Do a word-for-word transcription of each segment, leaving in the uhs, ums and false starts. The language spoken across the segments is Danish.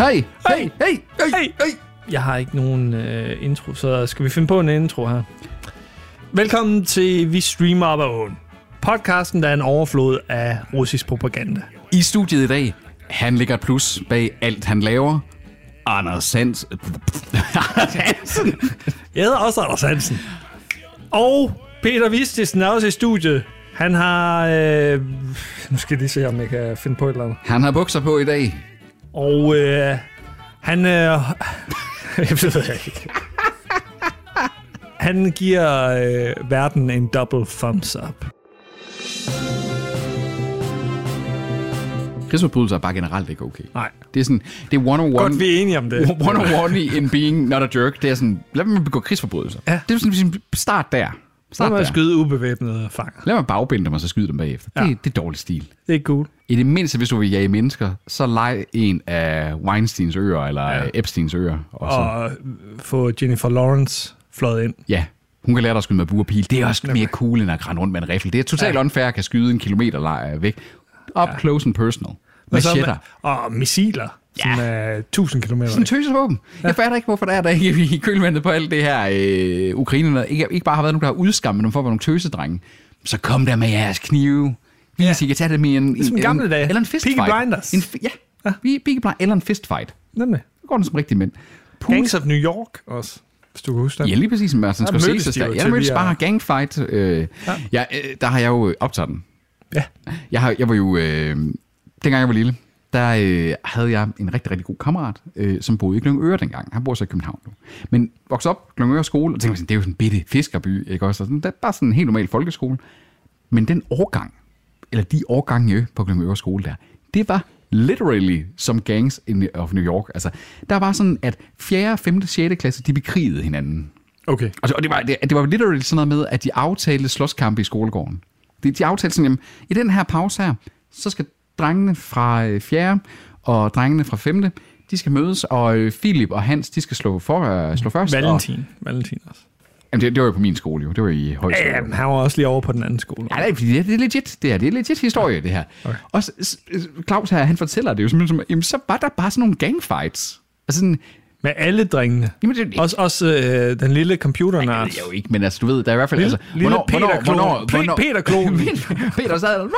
Hey, hey, hey, hey, hey. Jeg har ikke nogen uh, intro, så skal vi finde på en intro her. Velkommen til Vi Streamer Op ad Åen. Podcasten, der er en overflod af russisk propaganda. I studiet i dag, han ligger et plus bag alt, han laver. Anders Sands... Hansen. Jeg hedder også Anders Hansen. Og Peter Vistisen er også i studiet. Han har... Øh... Nu skal jeg lige se, om jeg kan finde på et eller andet. Han har bukser på i dag. Og øh... han... Øh... jeg ved jeg ikke. Han giver øh, verden en double thumbs up. Krigsforbrydelser er bare generelt ikke okay. Nej. Det er sådan, det er one-on-one... Godt, vi er enige om det. One-on-one in being not a jerk. Det er sådan, lad mig begå krigsforbrydelser. Ja. Det er sådan, start der. Start Lad mig der. skyde ubevæbnede fanger. Lad mig bagbinde dem, og så skyde dem bagefter. Ja. Det, det er dårlig stil. Det er cool. I det mindste, hvis du vil jage mennesker, så leg en af Weinsteins øer, eller ja. Epsteins øer. Og, så. Og få Jennifer Lawrence fløjet ind. Ja, hun kan lære dig at skyde med bue og pil. Det er også mere cool, end at rende rundt med en riffel. Det er totalt ja. unfair at kan skyde en kilometer væk. Up ja. close and personal. Med shitter. Og missiler. Ja. Som er tusind kilometer. Sådan en tøsevåben. Ja. Jeg fatter ikke, hvorfor der er der ikke i kølvandet på alt det her øh, Ukraine. Ikke, ikke bare har været nogen, der har udskammet dem for at være nogle tøsedrenge. Så kom der med jeres knive. Vi ja. kan tage det med en... en, en gamle dage. Eller en fistfight. Peaky Blinders. En, ja, ja. Vi Peaky Blinders. Eller en fistfight. Nemlig. Det går den som rigtig mænd. Gangs of New York også. Hvis du kan huske det. Ja, lige præcis. Martin Scorsese. Der jeg mødtes bare gangfight. Øh, ja. Ja, der har jeg jo optaget den. Ja. Jeg, har, jeg var jo... Øh, dengang jeg var lille, der øh, havde jeg en rigtig, rigtig god kammerat, øh, som boede i Glyngøre dengang. Han bor så i København nu. Men voksede op Glyngøre skole, og tænkte sådan, det er jo sådan en bitte fiskerby, ikke også? Det er bare sådan en helt normal folkeskole. Men den årgang, eller de årgange på Glyngøre skole der, det var literally som Gangs of New York. Altså, der var sådan, at fjerde, femte, sjette klasse, de bekrigede hinanden. Okay. Altså, og det var, det, det var literally sådan noget med, at de aftalte slåskampe i skolegården. De, de aftalte sådan, jamen, i den her pause her, så skal drengene fra fjerde og drengene fra femte, de skal mødes, og Philip og Hans, de skal slå, for, uh, slå først. Valentin. Og, Valentin også. Jamen, det, det var jo på min skole, jo. Det var i højskole. Ja, jamen, han var også lige over på den anden skole. Ja, det er, det er legit. Det er, det er legit historie, det her. Okay. Og Claus her, han fortæller det jo simpelthen som, jamen, så var der bare sådan nogle gangfights. Altså sådan... Med alle drengene. Jamen, det, også også øh, den lille computernørd. Nej, det er jo ikke, men altså, du ved, der er i hvert fald... Lille, altså, lille hvornår, Peter hvornår, hvornår, Peter Kloen. Peter sad der...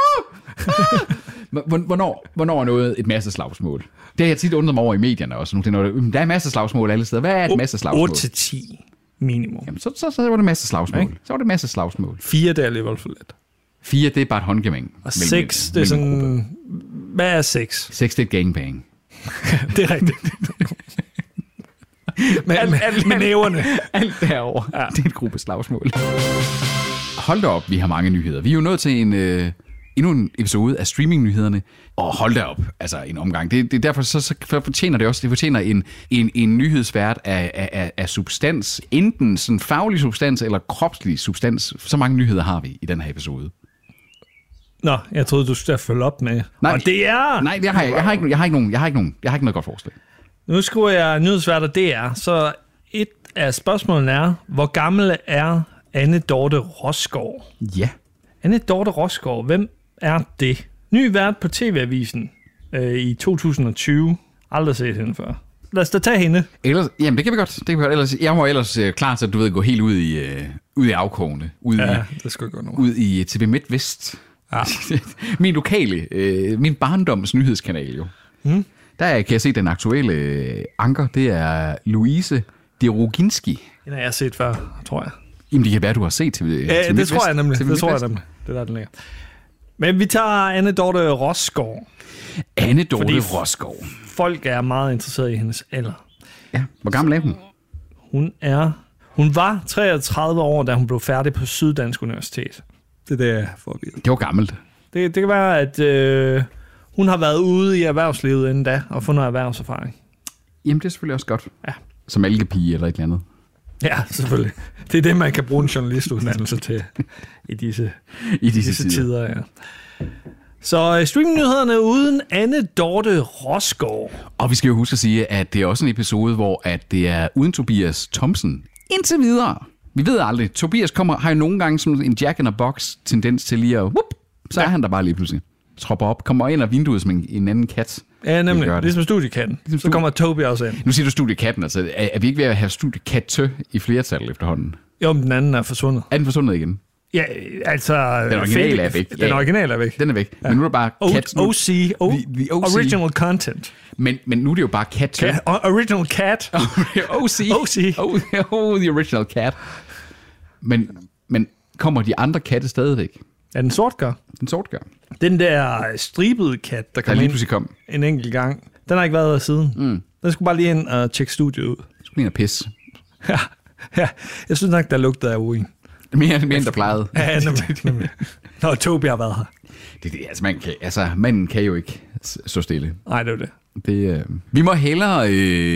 Hvornår, hvornår er noget et masseslagsmål? Det har jeg tit undret mig over i medierne også. Det er noget, der er masseslagsmål alle steder. Hvad er et masseslagsmål? otte til ti minimum. Jamen, så, så, så var det masseslagsmål. Okay. Så var det masseslagsmål. fire, det er alligevel for let. fire, det er bare et håndgemæng. Og seks, det er sådan... Hvad er seks? seks, det er et gangbang. Det er rigtigt. med, alt, med, alt, med næverne. Alt derovre. Ja. Det er et gruppeslagsmål. Hold da op, vi har mange nyheder. Vi er jo nået til en... Øh, endnu en episode af streamingnyhederne, og hold da op, altså en omgang. Det, det derfor så, så fortjener det også, det fortjener en, en, en nyhedsvært af, af, af substans, enten sådan faglig substans eller kropslig substans. Så mange nyheder har vi i den her episode. Nå, jeg troede, du skulle følge op med. Nej, og det er... Nej, jeg har, jeg, har ikke, jeg har ikke nogen, jeg har ikke nogen, jeg har ikke noget godt forslag. Nu skriver jeg nyhedsvært, og det er, så et af spørgsmålene er, hvor gammel er Anne Dorthe Rosgaard? Ja. Anne Dorthe Rosgaard, hvem er det? Ny vært på T V-avisen øh, i to tusind og tyve. Aldrig set hende før. Lad os da tage hende. Ellers, jamen, det kan vi godt. Det kan vi godt. Ellers, jeg var ellers øh, klar til, at du ved, gå helt ud i, øh, ud i afkogene. Ud ja, i, det skal gå nu. Ud i T V MidtVest. Ja. min lokale, øh, min barndoms nyhedskanal jo. Hmm. Der kan jeg se den aktuelle øh, anker. Det er Louise Deroginski. Den har jeg set før, tror jeg. Jamen, det kan være, du har set til Ja, til det tror jeg nemlig. Til det tror jeg nemlig. Det der, den ligger. Men vi tager Anne Dorthe Rosgaard. Anne Dorthe Rosgaard. Folk er meget interesserede i hendes alder. Ja, hvor gammel er hun? Hun er... Hun var treogtredive år, da hun blev færdig på Syddansk Universitet. Det er det, jeg får at vide. Det var gammelt. Det, det kan være, at øh, hun har været ude i erhvervslivet inden da, og fundet erhvervserfaring. Jamen, det er selvfølgelig også godt. Ja. Som algepige eller et eller andet. Ja, selvfølgelig. Det er det, man kan bruge en journalistuddannelse til i disse, I disse, disse tider. tider. Ja. Så uh, streamingnyhederne uden Anne Dorthe Rosgaard. Og vi skal jo huske at sige, at det er også en episode, hvor at det er uden Tobias Thomsen. Indtil videre. Vi ved aldrig. Tobias kommer, har jo nogle gange sådan en jack in a box tendens til lige at... Whoop, så ja. er han der bare lige pludselig. tropper op, kommer ind af vinduet som en, en anden kat. Ja, nemlig. Ligesom studiekatten. Ligesom så kommer Toby også ind. Nu siger du studiekatten, altså er, er vi ikke ved at have studiekatte i flertal efterhånden? Jo, men den anden er forsvundet. Er den forsvundet igen? Ja, altså... Den originale er væk. Den ja, originale er væk. Den er væk. Ja. Men nu er det bare cat. O C, o- the, the O C. Original content. Men, men nu er det jo bare cat. Cat original cat. O C. O C. Oh, oh, the original cat. Men, men kommer de andre katte stadigvæk? Ja, den sort gør. Den sort gør. Den der stribede kat, der kom der ind kom. en enkelt gang, den har ikke været der siden. Mm. Den skulle bare lige ind og tjekke studiet ud. Den skulle ind og pisse. Ja, ja, jeg synes nok, der lugtede af urin. Mere, mere end der plejede. Ja, nemlig. nemlig. Når Toby har været her. Det, det, altså, man kan, altså, manden kan jo ikke stå stille. Nej, det er det. det øh, vi må hellere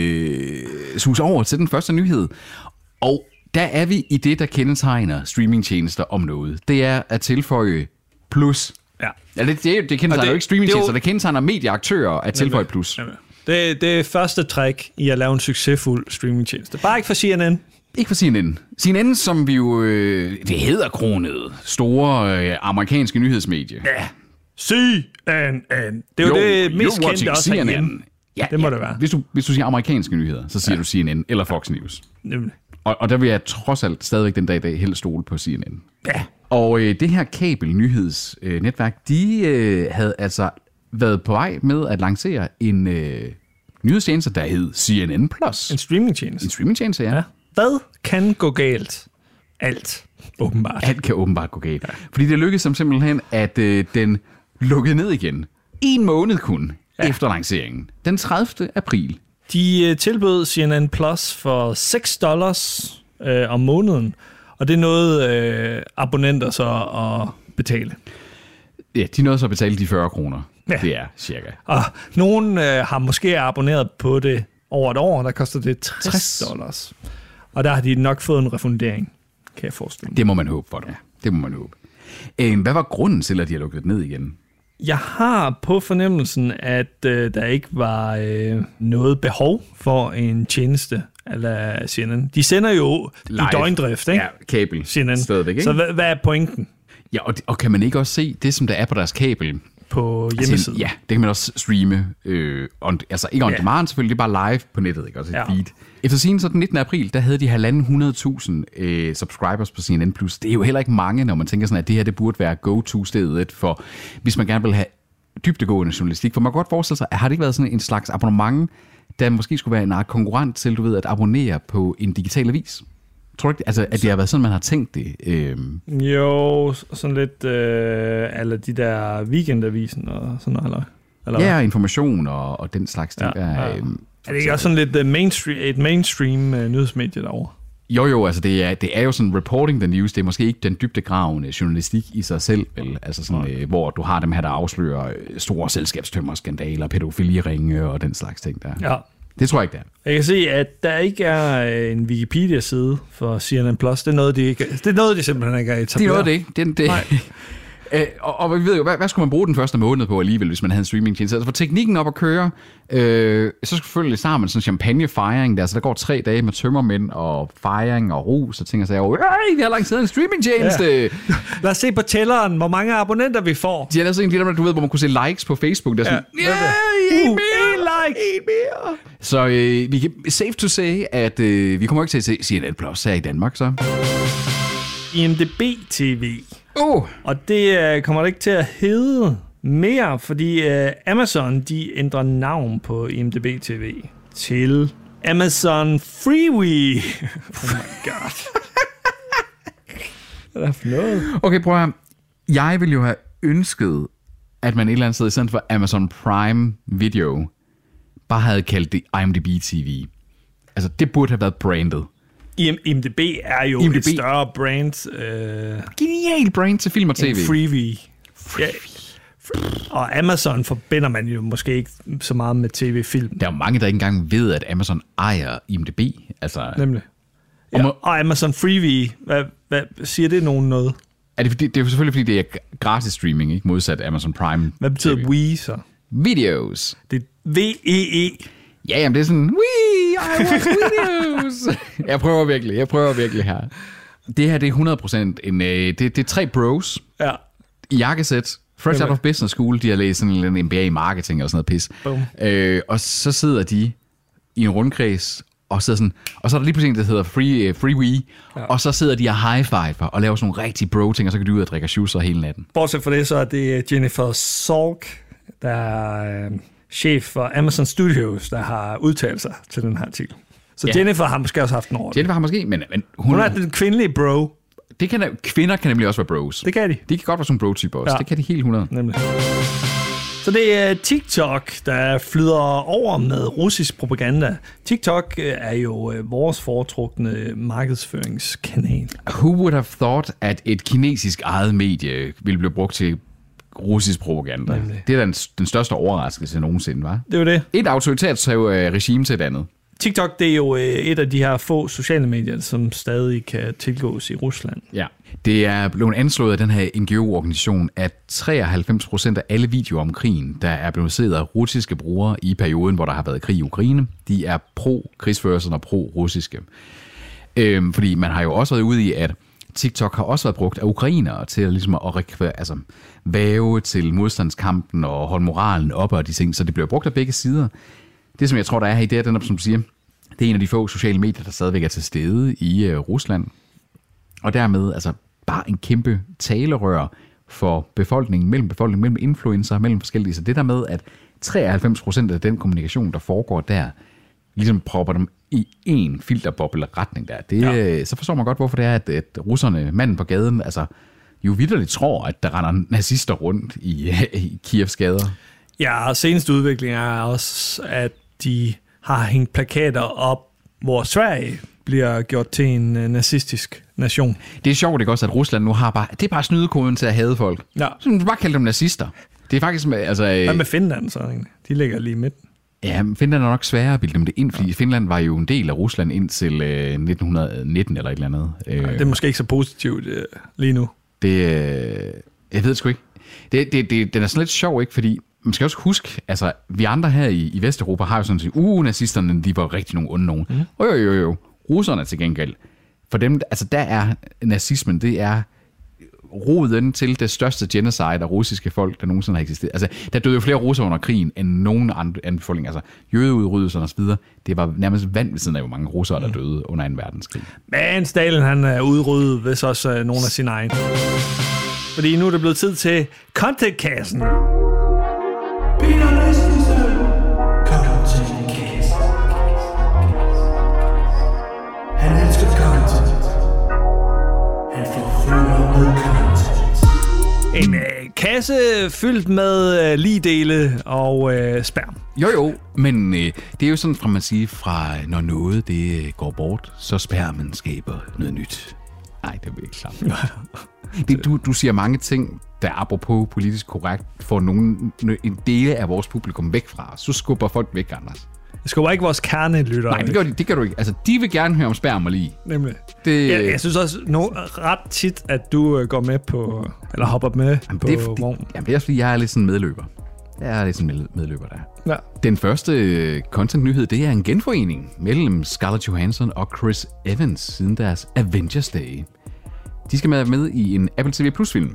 øh, suse over til den første nyhed. Og der er vi i det, der kendetegner streamingtjenester om noget. Det er at tilføje plus. Ja. Ja, det, det, det kendetegner det, jo ikke streamingtjenester, det, det kendetegner medieaktører at tilføje nemlig, plus. Nemlig. Det, det er første trick i at lave en succesfuld streamingtjeneste. Bare ikke for C N N. Ikke for C N N. C N N, som vi jo... Øh, det hedder kronet. Store øh, amerikanske nyhedsmedie. Ja. C N N. Det er jo, jo det mest kendte også herhjemme. Ja, det må ja. det være. Hvis du, hvis du siger amerikanske nyheder, så siger ja. du C N N eller Fox News. Nemlig. Og, og der vil jeg trods alt stadigvæk den dag i dag helst stole på C N N. Ja. Og øh, det her kabelnyhedsnetværk, øh, de øh, havde altså været på vej med at lancere en øh, nyhedstjeneste, der hed C N N plus. En streamingtjeneste. En streamingtjeneste, ja. ja. Hvad kan gå galt? Alt, åbenbart. Alt kan åbenbart gå galt. Ja. Fordi det lykkedes som simpelthen, at øh, den lukkede ned igen. En måned kun ja. efter lanceringen. Den tredivte april. De øh, tilbød C N N Plus for seks dollars øh, om måneden. Og det er noget, øh, abonnenter så at betale. Ja, de nåede så at betale de fyrre kroner. Ja. Det er cirka. Og nogen øh, har måske abonneret på det over et år, der koster det tres dollars. Og der har de nok fået en refundering, kan jeg forestille mig. Det må man håbe for dem. Ja. Det må man håbe. Øh, hvad var grunden til, at de har lukket ned igen? Jeg har på fornemmelsen, at øh, der ikke var øh, noget behov for en tjeneste eller C N N. De sender jo live. I døgndrift, ikke? Ja, kabel. C N N. Stadigvæk, ikke? Så hvad, hvad er pointen? Ja, og, og kan man ikke også se det, som der er på deres kabel? På hjemmesiden? Altså, ja, det kan man også streame. Øh, on, altså ikke on ja. demand selvfølgelig, det er bare live på nettet, ikke? Også et ja. feed. Efter sin så den nittende april, der havde de halvanden hundrede tusind øh, subscribers på C N N plus. Det er jo heller ikke mange, når man tænker sådan, at det her det burde være go-to-stedet for, hvis man gerne vil have dybdegående journalistik. For man kan godt forestille sig, at har det ikke været sådan en slags abonnement, der måske skulle være en art konkurrent til, du ved, at abonnere på en digital avis? Tror du ikke, altså, at det har været sådan, man har tænkt det? Øhm. Jo, sådan lidt øh, eller de der weekendavisen og sådan noget, eller? eller ja, information og, og den slags ting. Ja, ja. Øhm, er det ikke også sådan lidt uh, mainstream, et mainstream uh, nyhedsmedie derovre? Jo, jo, altså det er, det er jo sådan reporting the news, det er måske ikke den dybdegravende journalistik i sig selv, vel? Altså sådan, okay. øh, hvor du har dem her, der afslører store selskabstømmerskandaler, pædofiliringe og den slags ting der. Ja. Det tror jeg ikke, det er. Jeg kan se, at der ikke er en Wikipedia-side for C N N plus. Det er noget, de, ikke, det er noget, de simpelthen ikke er etableret. Det er noget, det ikke. Det, det. Nej. Øh, og, og vi ved jo, hvad, hvad skulle man bruge den første måned på alligevel, hvis man havde en streamingtjeneste? Altså for teknikken op at køre, øh, så selvfølgelig så har man sådan en champagne-fejring der, så der går tre dage med tømmermænd og fejring og rus, og tænker sig, øj, vi har lanceret en streamingtjeneste. Ja. Lad os se på tælleren, hvor mange abonnenter vi får. De har lavet sådan en, du ved, hvor man kunne se likes på Facebook, der er sådan, ja, yeah, en mere, en like, en mere. Så øh, vi kan safe to say, at øh, vi kommer ikke til at se C N N plus her i Danmark, så. I M D B T V. Oh. Og det øh, kommer ikke til at hedde mere, fordi øh, Amazon de ændrer navn på I M D B T V til Amazon Freevee. Oh my god. Hvad er det for noget? Okay, prøv at høre. Jeg ville jo have ønsket, at man et eller andet sted, i stedet for Amazon Prime Video, bare havde kaldt det I M D B T V. Altså, det burde have været brandet. I M D B er jo I M D B. Et større brand. Øh, Genial brand til film og tv. Freevee. Ja. Og Amazon forbinder man jo måske ikke så meget med tv-film. Der er jo mange, der ikke engang ved, at Amazon ejer I M D B. Altså, nemlig. Ja. Og, og Amazon Freevee, hvad, hvad siger det nogen noget? Er det, fordi, det er jo selvfølgelig, fordi det er gratis streaming, ikke? Modsat Amazon Prime. Hvad betyder T V? We så? Videos. Det er V E E. Ja, jamen det er sådan, wee, I watch videos. jeg prøver virkelig, jeg prøver virkelig her. Det her, det er hundrede procent en, øh, det, det er tre bros ja. i jakkesæt Fresh out of business school, de har læst sådan en M B A i marketing og sådan noget pis. Øh, og så sidder de i en rundkreds, og, sidder sådan, og så er der lige pludselig en, der hedder Free, uh, Freewee, ja. Og så sidder de og high-fiver og laver sådan nogle rigtig bro-ting, og så kan de ud og drikke shoes hele natten. Bortset fra det, så er det Jennifer Salk, der er øh, chef for Amazon Studios, der har udtalt sig til den her artikel. Så ja. Jennifer har måske også haft en ord. Jennifer har måske, men, men hun, hun er den kvindelige bro. Det kan, kvinder kan nemlig også være bros. Det kan de. De kan godt være sådan bro-typer også. Ja. Det kan de helt hundrede. Nemlig. Så det er TikTok, der flyder over med russisk propaganda. TikTok er jo vores foretrukne markedsføringskanal. Who would have thought, at et kinesisk eget medie ville blive brugt til russisk propaganda? Nemlig. Det er den, den største overraskelse nogensinde, var. Det var det. Et autoritært regime til et andet. TikTok, det er jo et af de her få sociale medier, som stadig kan tilgås i Rusland. Ja, det er blevet anslået af den her N G O-organisation, at treoghalvfems procent af alle videoer om krigen, der er blevet set af russiske brugere i perioden, hvor der har været krig i Ukraine, de er pro-krigsførelsen og pro-russiske. Øhm, fordi man har jo også været ude i, at TikTok har også været brugt af ukrainere til at, ligesom at altså, væve til modstandskampen og holde moralen oppe og de ting, så det bliver brugt af begge sider. Det, som jeg tror, der er her i det, er den, som du siger, det er en af de få sociale medier, der stadigvæk er til stede i uh, Rusland. Og dermed altså bare en kæmpe talerør for befolkningen, mellem befolkningen, mellem influencer, mellem forskellige. Så det der med, at treoghalvfems procent af den kommunikation, der foregår der, ligesom propper dem i en filterboble-retning der. Det, ja. Så forstår man godt, hvorfor det er, at, at russerne, manden på gaden, altså jo vitterligt tror, at der render nazister rundt i, i Kievs gader. Ja, og seneste udvikling er også, at de har hængt plakater op, hvor Sverige bliver gjort til en nazistisk nation. Det er sjovt, ikke også, at Rusland nu har bare, det er bare snydekoden til at hade folk. Ja. Så du bare kalde dem nazister. Det er faktisk, altså... Hvad med Finland så egentlig? De ligger lige midt. Ja, Finland er nok sværere at bilde dem det ind, fordi ja. Finland var jo en del af Rusland indtil øh, nitten nitten eller et eller andet. Ja, det er måske ikke så positivt øh, lige nu. Det, øh, jeg ved det sgu ikke. Det, det, det, den er sådan lidt sjov, ikke? Fordi man skal også huske, altså vi andre her i, i Vesteuropa har jo sådan set, uh, nazisterne, de var rigtig nogle onde nogen. Mm. Og jo, jo, jo, russerne til gengæld. For dem, altså der er nazismen, det er roden til det største genocide af russiske folk, der nogensinde har eksisteret. Altså, der døde jo flere russer under krigen, end nogen andre anden befolkning. Altså, jødeudryddelser og så videre. Det var nærmest vand ved siden af, hvor mange russere, der døde under anden verdenskrig. Men Stalin, han er udryddet, hvis også uh, nogle af sine egne. Fordi nu er det blevet tid til Content-kassen. Peter Christensen. Content-kassen. Han elsker content. Han forfører med content. En øh, kasse fyldt med øh, ligedele og øh, sperm. Jo jo, men øh, det er jo sådan, fra man siger, fra når noget det går bort, så spermen skaber noget nyt. Nej, det er ikke klart. Det, du, du siger mange ting, der apropos politisk korrekt, får nogen, en del af vores publikum væk fra. Så skubber folk væk, Anders. Det skubber ikke vores kernelyttere. Nej, det gør, de, det gør du ikke. Altså, de vil gerne høre om sperm og lige. Nemlig. Det, jeg, jeg synes også no, ret tit, at du går med på, eller hopper med jamen, på det er, vognen. Jamen, det er fordi, jeg er lidt sådan medløber. Jeg er lidt sådan medløber der. Ja. Den første content-nyhed, det er en genforening mellem Scarlett Johansson og Chris Evans siden deres Avengers Day. De skal være med i en Apple T V Plus film,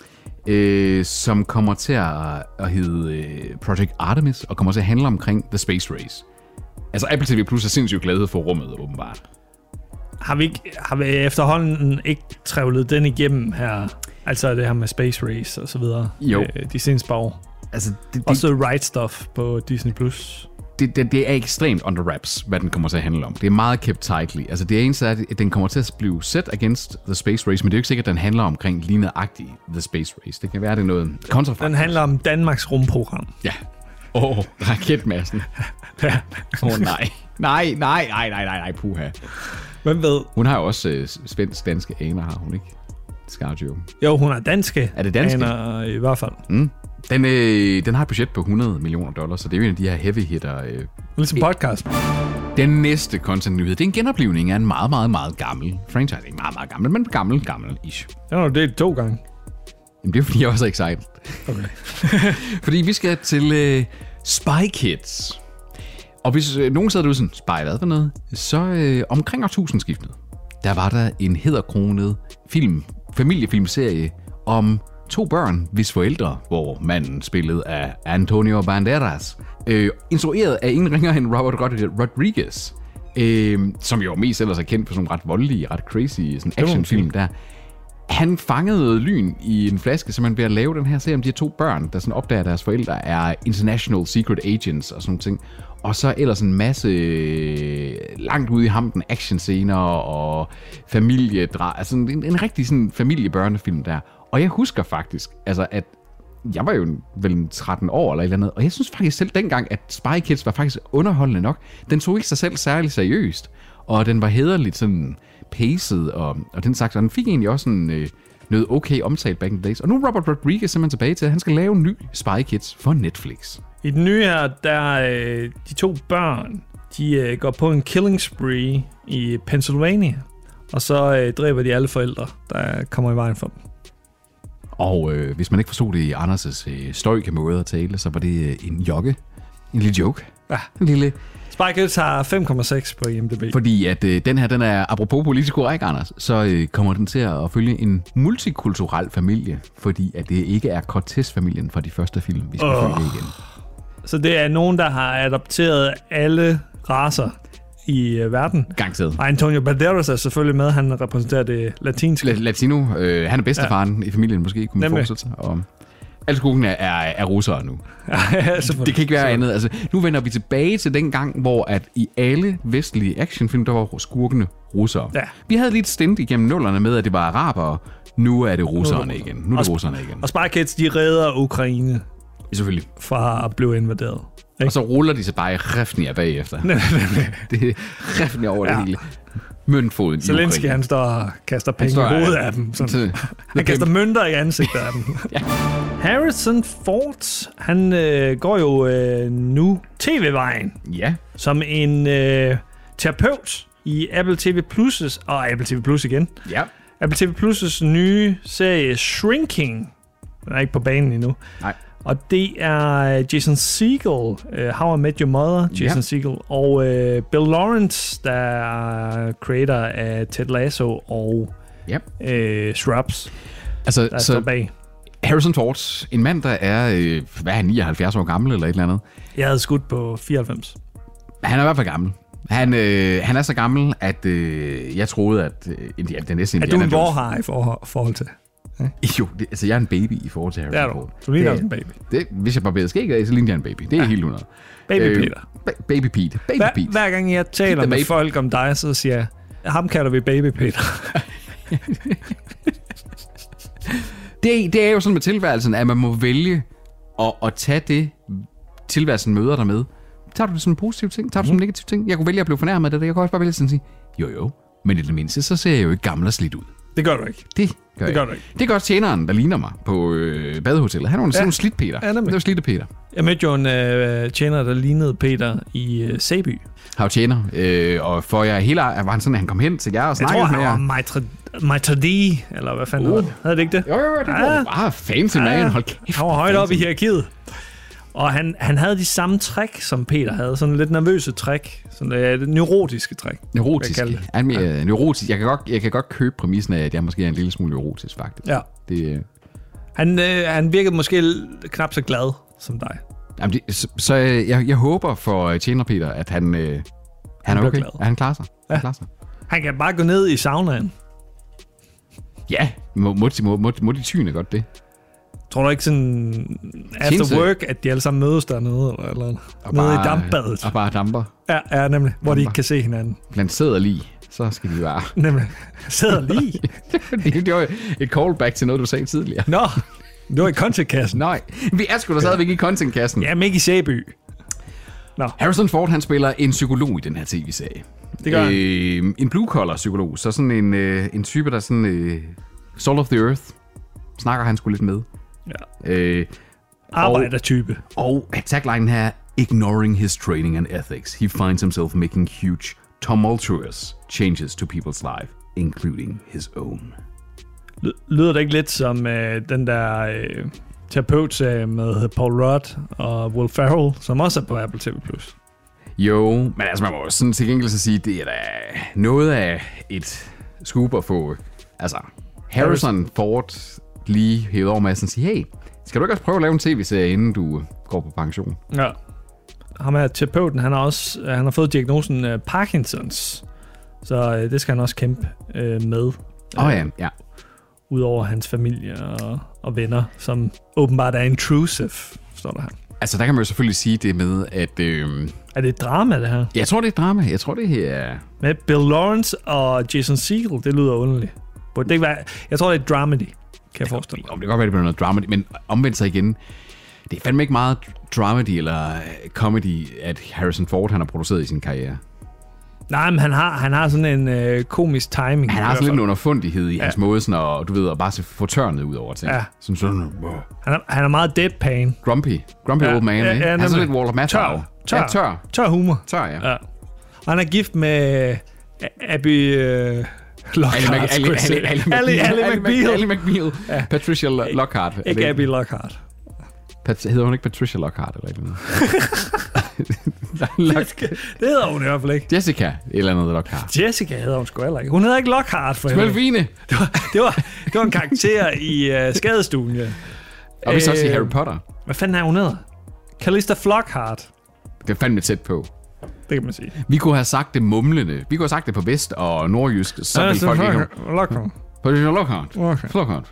øh, som kommer til at, at hedde øh, Project Artemis, og kommer til at handle omkring The Space Race. Altså Apple T V Plus er sindssygt glade for rummet, åbenbart. Har vi, ikke, har vi efterhånden ikke trævlet den igennem her? Altså det her med Space Race og så videre. Jo. Øh, de seneste par år. Altså, det, det, også Right Stuff på Disney Plus. Det, det, det er ekstremt under wraps, hvad den kommer til at handle om. Det er meget kept tightly. Altså det eneste er, at den kommer til at blive set against The Space Race, men det er jo ikke sikkert, at den handler omkring lige nøjagtigt The Space Race. Det kan være, det er noget kontrafakt. Den handler om Danmarks rumprogram. Ja. Åh, oh, raketmassen. Ja. Åh oh, nej. Nej, nej, nej, nej, nej, nej, puha. Hvem ved? Hun har jo også øh, svensk-danske aner, har hun ikke? Scarjo. Jo, hun er danske. Er det danske? Aner i hvert fald. Mm. Den, øh, den har et budget på hundrede millioner dollars, så det er jo en af de her heavy hitter. Øh, ligesom podcast. Den næste content-nyhed, det er en genoplivning af en meget, meget, meget gammel franchise. Ikke meget, meget gammel, men gammel, gammel-ish. Den har du delt to gange. Jamen, det er fordi, jeg også er excited. Okay. Fordi vi skal til øh, Spy Kids. Og hvis øh, nogen sidder du sådan, Spy hvad for noget? Så øh, omkring årtusindskiftet, der var der en hæderkronet film, familiefilmserie om to børn, hvis forældre, hvor manden spillet af Antonio Banderas, øh, instrueret af ingen ringer end Robert Rodriguez, øh, som jo mest ellers er kendt for sådan ret voldelige, ret crazy sådan actionfilm der. Han fangede lyn i en flaske, simpelthen ved at lave den her serie om de her to børn, der sådan opdager, at deres forældre er international secret agents og sådan ting. Og så ellers en masse langt ude i hampen actionscener og familiedra, altså en, en rigtig sådan familiebørnefilm der. Og jeg husker faktisk, altså at jeg var jo vel tretten år eller et eller andet, og jeg synes faktisk selv dengang, at Spy Kids var faktisk underholdende nok. Den tog ikke sig selv særlig seriøst, og den var hæderligt sådan paced, og, og den sagt, og den fik egentlig også sådan, øh, noget okay omtalt back in the days. Og nu er Robert Rodriguez simpelthen tilbage til, at han skal lave en ny Spy Kids for Netflix. I den nye her, der øh, de to børn, de øh, går på en killing spree i Pennsylvania, og så øh, dræber de alle forældre, der kommer i vejen for dem. Og øh, hvis man ikke forstod det i Anders' øh, støjke måde at tale, så var det øh, en jokke. En lille joke. Ja. En lille... Spy Kids har fem komma seks på I M D B. Fordi at øh, den her, den er apropos politisk korrekt, Anders, så øh, kommer den til at følge en multikulturel familie, fordi at det ikke er Cortez-familien fra de første film, vi skal oh. følge igen. Så det er nogen, der har adopteret alle racer i øh, verden. Garanteret. Og Antonio Banderas er selvfølgelig med, han repræsenterer det latinske. La- Latino, øh, han er bedstefaren ja. i familien, måske kunne man Nemlig. forestille sig. Og alle skurkene er, er, er russere nu. Ja, det kan ikke være andet. Altså, nu vender vi tilbage til den gang, hvor at i alle vestlige actionfilm, der var skurkene russere. Ja. Vi havde lidt stint igennem nullerne med, at det var arabere. Nu er det russerne igen. Nu er det og, russerne igen. Og Spy Kids, de redder Ukraine. Selvfølgelig. Fra at blive invaderet. Ikke? Og så ruller de sig bare i Hrefnia bagefter. Det er Hrefnia over ja. det hele. Møntfoden i Zelensky, Ukraine. han står og kaster penge i hovedet af dem. Sådan. Han kaster mønter i ansigtet af dem. Ja. Harrison Ford, han øh, går jo øh, nu tv-vejen. Ja. Som en øh, terapeut i Apple T V Plus' og Apple T V Plus igen. Ja. Apple T V Plus' nye serie Shrinking. Den er ikke på banen endnu. Nej. Og det er Jason Segel, uh, How I Met Your Mother, Jason ja. Segel, og uh, Bill Lawrence, der er creator af Ted Lasso og ja. uh, Scrubs, altså, der så bag. Harrison Ford, en mand, der er, øh, hvad er han, nioghalvfjerds år gammel eller et eller andet? Jeg havde skudt på fireoghalvfems. Han er i hvert fald gammel. Han, øh, han er så gammel, at øh, jeg troede, at øh, Indiana, den næste Indiana Er du en vorhar i for, forhold til? Ja. Jo, det, altså jeg er en baby i forhold til Harrison Ford. Du ligner også en baby. Det, hvis jeg barberede skægget af, så ligner jeg en baby. Det er ja. helt hundrede. Baby øh, Peter. Ba- baby Pete. Baby hver, Pete. Hver gang jeg taler med folk om dig, så siger jeg, ham kalder vi Baby Peter. det, det er jo sådan med tilværelsen, at man må vælge at, at tage det, tilværelsen møder dig med. Tager du det som en positiv ting? Tager du det som en negativ ting? Jeg kunne vælge at blive fornærmet af det. Jeg kan også bare vælge sådan at sige, jo jo, men i det mindste, så ser jeg jo ikke gammel og slidt ud. Det gør du ikke. Det gør, det gør du ikke. Det gør tjeneren, der ligner mig på øh, badehotellet. Han var en ja. sådan slidt Peter. Ja, det var slidt Peter. Jeg mødte jo en øh, tjener, der lignede Peter i øh, Sæby. Har jo tjener, øh, og for jeg hele var han sådan, at han kom hen til jer og snakkede med jer. Jeg tror, han var Maitre D, eller hvad fanden uh. var det? Havde det ikke det? Jo, jo, det var ah. ah, fancy man. Ah. Hold kæft. Han var højt op i hierarkiet. Og han, han havde de samme trick, som Peter havde. Sådan lidt nervøse trick. Sådan lidt neurotiske trick. Neurotiske? Jeg er mere ja. neurotisk. Jeg kan, godt, jeg kan godt købe præmissen af, at jeg måske er en lille smule neurotisk, faktisk. Ja. Det, han, øh, han virkede måske knap så glad som dig. Jamen det, så, så jeg, jeg håber for tjener Peter, at han, øh, han, han er okay. Glad. At han klarer sig. Ja. Han klarer sig. Han kan bare gå ned i saunaen. Ja, må, må, må, må, må de tyne godt det? Tror du ikke sådan after Tjense. work, at de alle sammen mødes dernede, eller, eller nede bare, i dampbadet? Og bare damper. Ja, ja nemlig, damper. Hvor de ikke kan se hinanden. Blandt sæd og lige, så skal de være. Nemlig, sæd og lige? det, det var et callback til noget, du sagde tidligere. Nå, det var i contentkassen. Nej, vi er sgu da stadigvæk i contentkassen. Ja, men ikke i Sæby. Nå. Harrison Ford, han spiller en psykolog i den her tv-serie. Det gør han. Øh, en blue-collar psykolog, så sådan en, øh, en type, der sådan øh, salt of the earth, snakker han sgu lidt med. Ja. Øh, Arbejdertype. Og, og taglinen her, ignoring his training and ethics, he finds himself making huge, tumultuous changes to people's life, including his own. Lyder det ikke lidt som øh, den der øh, terapeut-serie med Paul Rudd og Will Ferrell, som også er på Apple T V Plus? Jo, men altså man må også sådan til gengæld så sige, det er da noget af et scoop at få. Altså, Harrison Ford lige hævet over massen og sige, hey, skal du ikke også prøve at lave en tv-serie, inden du går på pension? Ja. Ham er terapeuten, han har også han har fået diagnosen uh, Parkinsons. Så uh, det skal han også kæmpe uh, med. Åh oh, ja, ja. Udover hans familie og, og venner, som åbenbart er intrusive, står der her. Altså, der kan man jo selvfølgelig sige det med, at... Øh... Er det et drama, det her? Jeg tror, det er et drama. Jeg tror, det her er... Med Bill Lawrence og Jason Segel, det lyder underligt. Det ikke være... Jeg tror, det er et dramedy, kan jeg forestille mig. Det kan godt være, det bliver noget dramedy, men omvendt sig igen... Det er fandme ikke meget dramedy eller comedy, at Harrison Ford han har produceret i sin karriere. Nej, men han har, han har sådan en øh, komisk timing. Han har sådan lidt en underfundighed i ja. hans måde, sådan, og du ved, at bare se fortørnet ud over ting. Ja. Sådan sådan, wow. han, er, han er meget deadpan. Grumpy. Grumpy ja. old man, ja, ikke? Ja, han er sådan lidt Walter Matthau. Tør. Tør. Ja, tør. Tør humor. Tør, ja. ja. Og han er gift med Abby øh, Lockhart. Ali McBeal. Ali McBeal. Patricia Lockhart. Ikke Abby Lockhart. Pat- hedder hun ikke Patricia Lockhart eller noget? Lock- det hedder hun i hvert fald ikke. Jessica, eller andet Lockhart. Jessica hedder hun sgu heller ikke. Hun hedder ikke Lockhart for hende. Fine. Det var, det, var, det var en karakter i uh, skadestuen, ja. Og vi så også i Harry Potter. Hvad fanden er hun hedder? Calista Flockhart. Det er fandme tæt på. Det kan man sige. Vi kunne have sagt det mumlende. Vi kunne have sagt det på vest og nordjysk. Så ville folk ikke... Lockhart. Patricia Lockhart. Flockhart.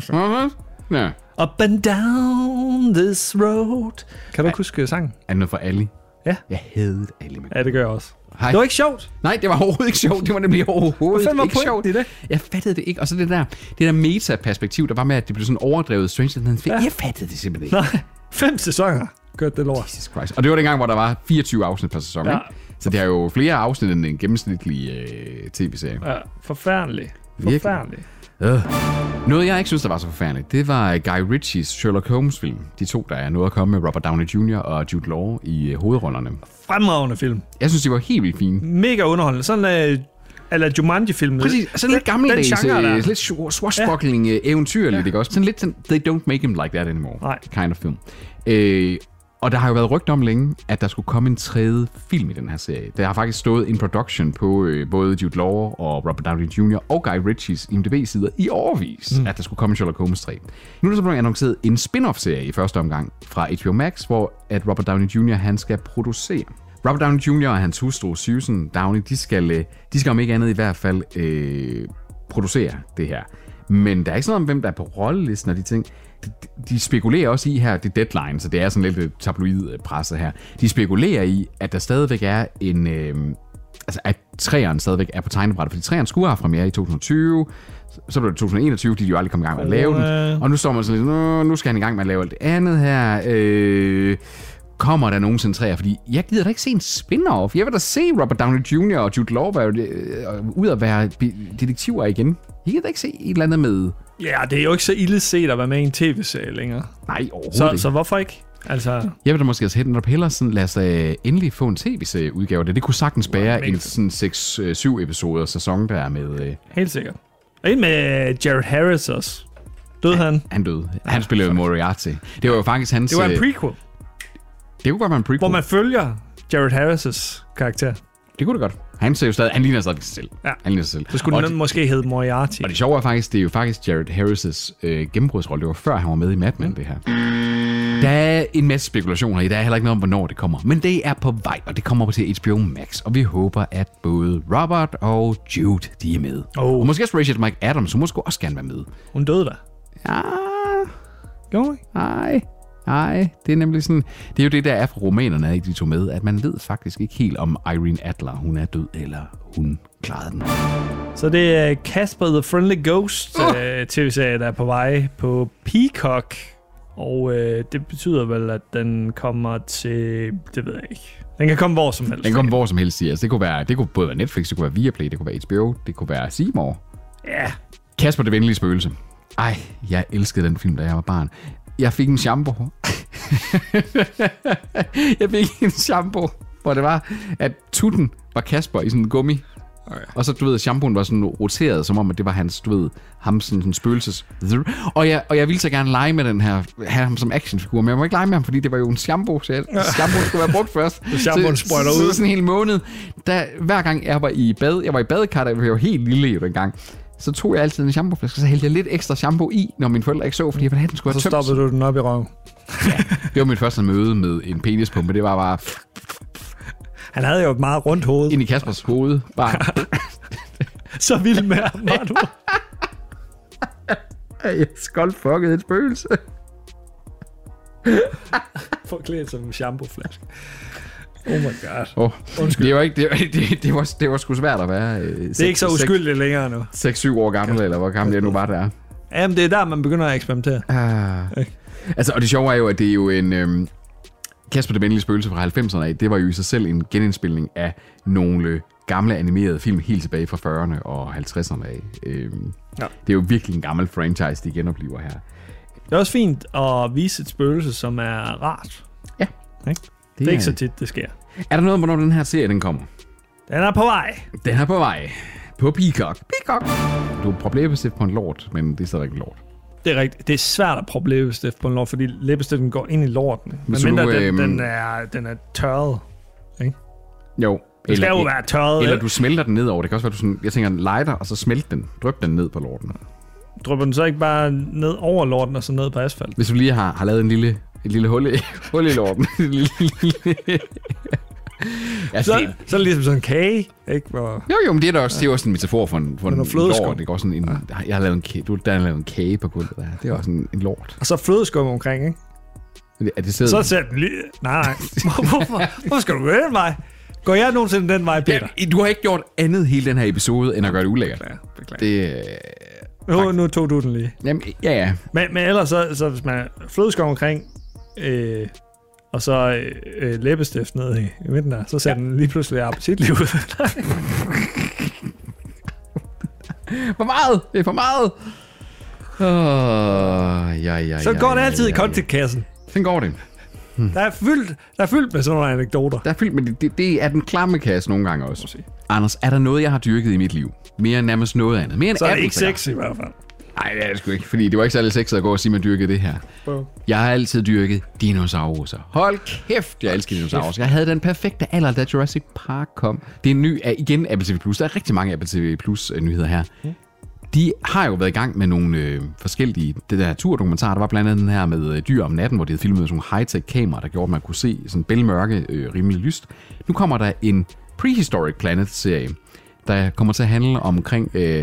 Ja. Up and down this road. Kan du ikke huske sangen? Er det noget for Ali? Ja. Jeg hadede Ali. Ja, det gør jeg også. Hej. Det var ikke sjovt. Nej, det var overhovedet ikke sjovt. Det var nemlig overhovedet var ikke sjovt. Det? Jeg fattede det ikke. Og så det der, det der meta-perspektiv, der var med, at det blev sådan overdrevet Stranger Things. Ja. Jeg fattede det simpelthen ikke. Nej, fem sæsoner. Godt det lort. Jesus Christ. Og det var dengang, hvor der var fireogtyve afsnit per sæson. Ja. Ikke? Så det er jo flere afsnit end en gennemsnitlig øh, tv-serie. Ja, forfærdeligt. Forfærdeligt. Øh. Noget, jeg ikke synes, der var så forfærdeligt, det var Guy Ritchies Sherlock Holmes-film. De to, der er nået at komme med Robert Downey junior og Jude Law i uh, hovedrollerne. Fremragende film. Jeg synes, de var helt vildt fine. Mega underholdende. Sådan uh, eller Jumanji-film. Præcis. Sådan lidt gammeldags, uh, lidt swashbuckling ja. eventyrligt, ja. ikke også? Sådan lidt sådan, they don't make him like that anymore. Nej. Kind of film. Øh, og der har jo været rygter om længe, at der skulle komme en tredje film i den her serie. Der har faktisk stået in production på øh, både Jude Law og Robert Downey junior og Guy Ritchies I M D B-sider i årevis, mm. at der skulle komme Sherlock Holmes tre. Nu er der så blevet annonceret en spin-off-serie i første omgang fra H B O Max, hvor at Robert Downey junior han skal producere. Robert Downey junior og hans hustru Susan Downey, de skal, de skal om ikke andet i hvert fald øh, producere det her. Men der er ikke sådan noget om, hvem der er på rollelisten og de ting. De, de spekulerer også i her, det er Deadline, så det er sådan lidt tabloid presse her. De spekulerer i, at der stadigvæk er en... Øh, altså, at træerne stadigvæk er på tegnebrættet, fordi træerne skulle have premiere i to tusind og tyve, så blev det to tusind og enogtyve, fordi de jo aldrig kom i gang med at lave den. Og nu står man sådan lidt, nu skal han i gang med at lave alt det andet her. Øh, kommer der nogensinde træer? Fordi jeg gider da ikke se en spin-off. Jeg vil da se Robert Downey junior og Jude Law være, øh, ud at være detektiver igen. Jeg gider da ikke se et eller andet med... Ja, det er jo ikke så ille set at være med i en tv-serie længere. Nej, overhovedet så, ikke. Så hvorfor ikke? Altså... Jeg vil da måske også hætte op hellere sådan, lad os uh, endelig få en tv-serie-udgave. Det, det kunne sagtens bære en sådan seks syv episoder sæson, der er med... Uh... Helt sikkert. Og en med Jared Harris også. Døde han? Han, han døde. Han ja, spillede Moriarty. Det var jo faktisk hans... Det var en prequel. Det kunne godt være en prequel. Hvor man følger Jared Harris' karakter. Det kunne det godt. Han ser jo stadig, han ligner stadig sig selv. Ja. Han ligner sig selv. Så skulle den måske hedde Moriarty. Og det sjove er faktisk, det er jo faktisk Jared Harris' øh, gennembrudsrolle. Det var før han var med i Mad Men, mm. det her. Der er en masse spekulationer i. Der er heller ikke noget om, hvornår det kommer. Men det er på vej, og det kommer til H B O Max. Og vi håber, at både Robert og Jude, de er med. Oh. Og måske også Rachel McAdams, hun måske også gerne være med. Hun døde da. Ja. Gjorde hun? Nej. Nej, det er nemlig sådan... Det er jo det, der er fra romanerne, ikke, de tog med, at man ved faktisk ikke helt, om Irene Adler, hun er død, eller hun klarede den. Så det er Casper the Friendly Ghost oh. øh, tv-serie, der er på vej på Peacock. Og øh, det betyder vel, at den kommer til... Det ved jeg ikke. Den kan komme hvor som helst. Den kan komme hvor som helst, ja. Altså, det kunne være, det kunne både være Netflix, det kunne være Viaplay, det kunne være H B O, det kunne være C More. Ja. Yeah. Casper det venlige spøgelse. Ej, jeg elskede den film, da jeg var barn. Jeg fik en shampoo. jeg fik en shampoo, hvor det var, at tutten var Casper i sådan en gummi. Okay. Og så, du ved, shampooen var sådan roteret, som om, at det var hans, du ved, ham sådan en spøgelses... Og jeg, og jeg ville så gerne lege med den her, have ham som actionfigur, men jeg må ikke lege med ham, fordi det var jo en shampoo, så jeg, shampoo skulle være brugt først. Shampooen sprøjter ud. Så sådan en hel måned. Da, hver gang jeg var i bad, jeg var i badekar, da jeg var helt lille jo dengang, så tog jeg altid en shampooflaske, så hældte jeg lidt ekstra shampoo i, når mine forældre ikke så, fordi jeg ville have, den skulle have så tømt. Så stoppede du den op i røven. Ja, det var mit første møde med en penispumpe. Det var bare... Han havde jo et meget rundt hoved. Ind i Kaspers hoved. Bare... så vild med ham, var du. Jeg skoldfuckede et spøgelse. Forklædt som en shampooflaske. Oh my god. Oh, det var ikke det var, det, det var det var sgu svært at være. Øh, det er ikke så uskyldigt længere nu. seks syv år gammel, eller hvor gammel jeg nu var der. Jamen, det er der, man begynder at eksperimentere. Ah. Okay. Altså, og det sjove er jo, at det er jo en... Øhm, Kasper det venlige spøgelse fra halvfemserne af, det var jo i sig selv en genindspilning af nogle gamle animerede film helt tilbage fra fyrrerne og halvtredserne af. Øhm, ja. Det er jo virkelig en gammel franchise, de genoplever her. Det er også fint at vise et spøgelse, som er rart. Ja. Det, det er ikke så tit, det sker. Er der noget, hvornår den her serie den kommer? Den er på vej. Den er på vej. På Peacock. Peacock. Du har problembestift på en lort, men det er stadig ikke en lort. Det er rigtigt. Det er svært at prøve læbestift på en lort, fordi læbestiften går ind i lorten. Men mindre du, den, øhm... den, er, den er tørret. Ikke? Jo. Det skal jo være tørret. Eller du smelter den ned over. Det kan også være, du sådan, jeg tænker, lighter, og så smelt den. Dryp den ned på lorten. Drypper den så ikke bare ned over lorten, og så ned på asfalt? Hvis du lige har, har lavet en lille, et lille hul i, hul i lorten. Ja, så, det, så er det ligesom sådan en kage, ikke? Hvor, jo, jo, men det er da også, ja. Det er også en metafor for en, for en lort. Det er også sådan en, ja. Jeg har lavet en kage, du der har lavet en kage på gulvet der. Det er også en, en lort. Og så flødeskum omkring, ikke? Er det sidder... Så ser den lige... Nej, nej. Hvorfor, hvorfor skal du gå den vej? Går jeg nogensinde den vej, Peter? Ja, du har ikke gjort andet hele den her episode, end at gøre det ulækkert. Ja, beklager. Det... Nu, nu tog du den lige. Jamen, ja, ja. Men, men ellers, så, så hvis man flødeskum omkring... Øh, og så øh, læbestift ned i, i midten der, så ser ja. Den lige pludselig appetitlig ud. For meget! Det er for meget! Oh, ja, ja, så ja, går det ja, altid ja, i contentkassen. Sådan går det. Hmm. Der, er fyldt, der er fyldt med sådan nogle anekdoter. Der er fyldt med det, det, det er den klamme kasse nogle gange også. Anders, er der noget, jeg har dyrket i mit liv? Mere end nærmest noget andet. Mere end så er det ikke sex i hvert fald. Nej, det er det sgu ikke, fordi det var ikke særlig sexet at gå og sige, at man dyrkede det her. Bro. Jeg har altid dyrket dinosaurer. Hold kæft, jeg elsker dinosaurer. Jeg havde den perfekte alder, da Jurassic Park kom. Det er en ny, igen Apple T V plus. Der er rigtig mange Apple T V plus nyheder her. Mm. De har jo været i gang med nogle øh, forskellige, det der turdokumentarer. Der var blandt andet den her med øh, dyr om natten, hvor de havde filmet med sådan nogle high-tech kameraer, der gjorde, at man kunne se sådan bælmørke, øh, rimelig lyst. Nu kommer der en Prehistoric Planet-serie, der kommer til at handle omkring... Øh,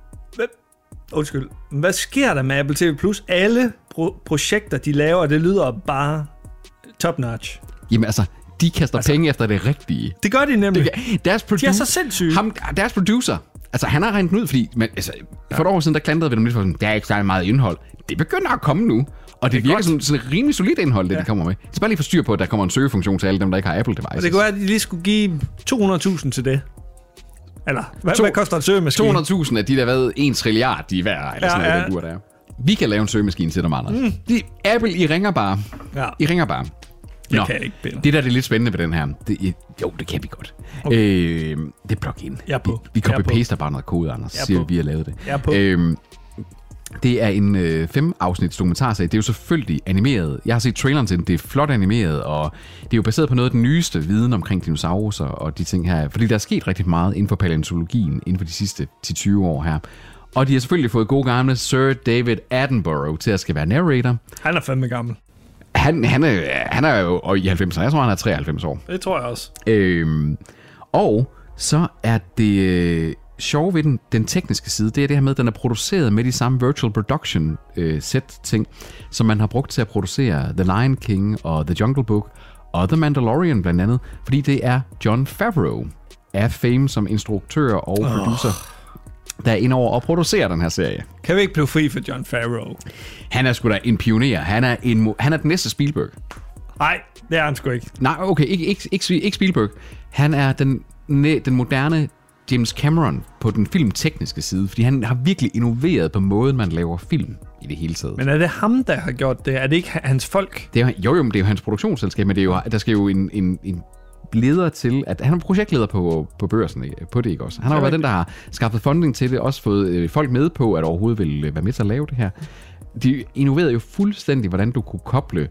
Undskyld. Hvad sker der med Apple T V plus? Alle pro- projekter, de laver, det lyder bare top-notch. Jamen altså, de kaster altså, penge efter det rigtige. Det gør de nemlig. Det, deres produ- de er så sindssyge. Ham, deres producer, altså han har regnet ud, fordi men, altså, for et år siden, der klandrede vi dem lidt for sådan, der er ikke så meget indhold. Det begynder at komme nu. Og det, det virker som sådan et rimelig solidt indhold, det ja. De kommer med. Det skal bare lige få styr på, at der kommer en søgefunktion til alle dem, der ikke har Apple devices. Og det kunne være, at de lige skulle give to hundrede tusind til det. Eller, hvad, to, hvad koster en søgemaskine? to hundrede tusind af de der været en trilliard, de er værd, eller ja, sådan noget, ja. Der, der er. Vi kan lave en søgemaskine til dem, Anders. Mm. De, Apple, I ringer bare. Ja. I ringer bare. Det kan jeg ikke, Peter. Det der det er lidt spændende ved den her, det, jo, det kan vi godt. Okay. Øh, det er plug-in. Jeg er på. Vi, vi copy-paster bare noget kode, Anders, siger vi har lavet det. Jeg er på. Øh, det er en øh, fem afsnits dokumentarserie. Det er jo selvfølgelig animeret. Jeg har set traileren til den. Det er flot animeret, og det er jo baseret på noget af den nyeste viden omkring dinosaurer og de ting her. Fordi der er sket rigtig meget inden for paleontologien inden for de sidste ti til tyve år her. Og de har selvfølgelig fået gode gamle Sir David Attenborough til at skal være narrator. Han er fandme gammel. Han, han, er, han er jo i halvfemserne. Jeg tror, han er treoghalvfems år. Det tror jeg også. Øhm, og så er det... Øh, sjov ved den, den tekniske side, det er det her med, at den er produceret med de samme virtual production øh, set ting, som man har brugt til at producere The Lion King og The Jungle Book og The Mandalorian blandt andet, fordi det er Jon Favreau af Fame som instruktør og producer, oh. der er inde over og producerer den her serie. Kan vi ikke blive fri for Jon Favreau? Han er sgu da en pioner. Han er, en, han er den næste Spielberg. Nej, det er han sgu ikke. Nej, okay, ikke, ikke, ikke, ikke Spielberg. Han er den, den moderne James Cameron på den filmtekniske side, fordi han har virkelig innoveret på måden, man laver film i det hele taget. Men er det ham, der har gjort det? Er det ikke hans folk? Det er, jo, jo, det er jo hans produktionsselskab, men det er jo, der skal jo en, en, en leder til, at han er projektleder på, på børsen, på det ikke også. Han har jo været den, der har skaffet funding til det, også fået øh, folk med på, at overhovedet vil være med til at lave det her. De innoverede jo fuldstændig, hvordan du kunne koble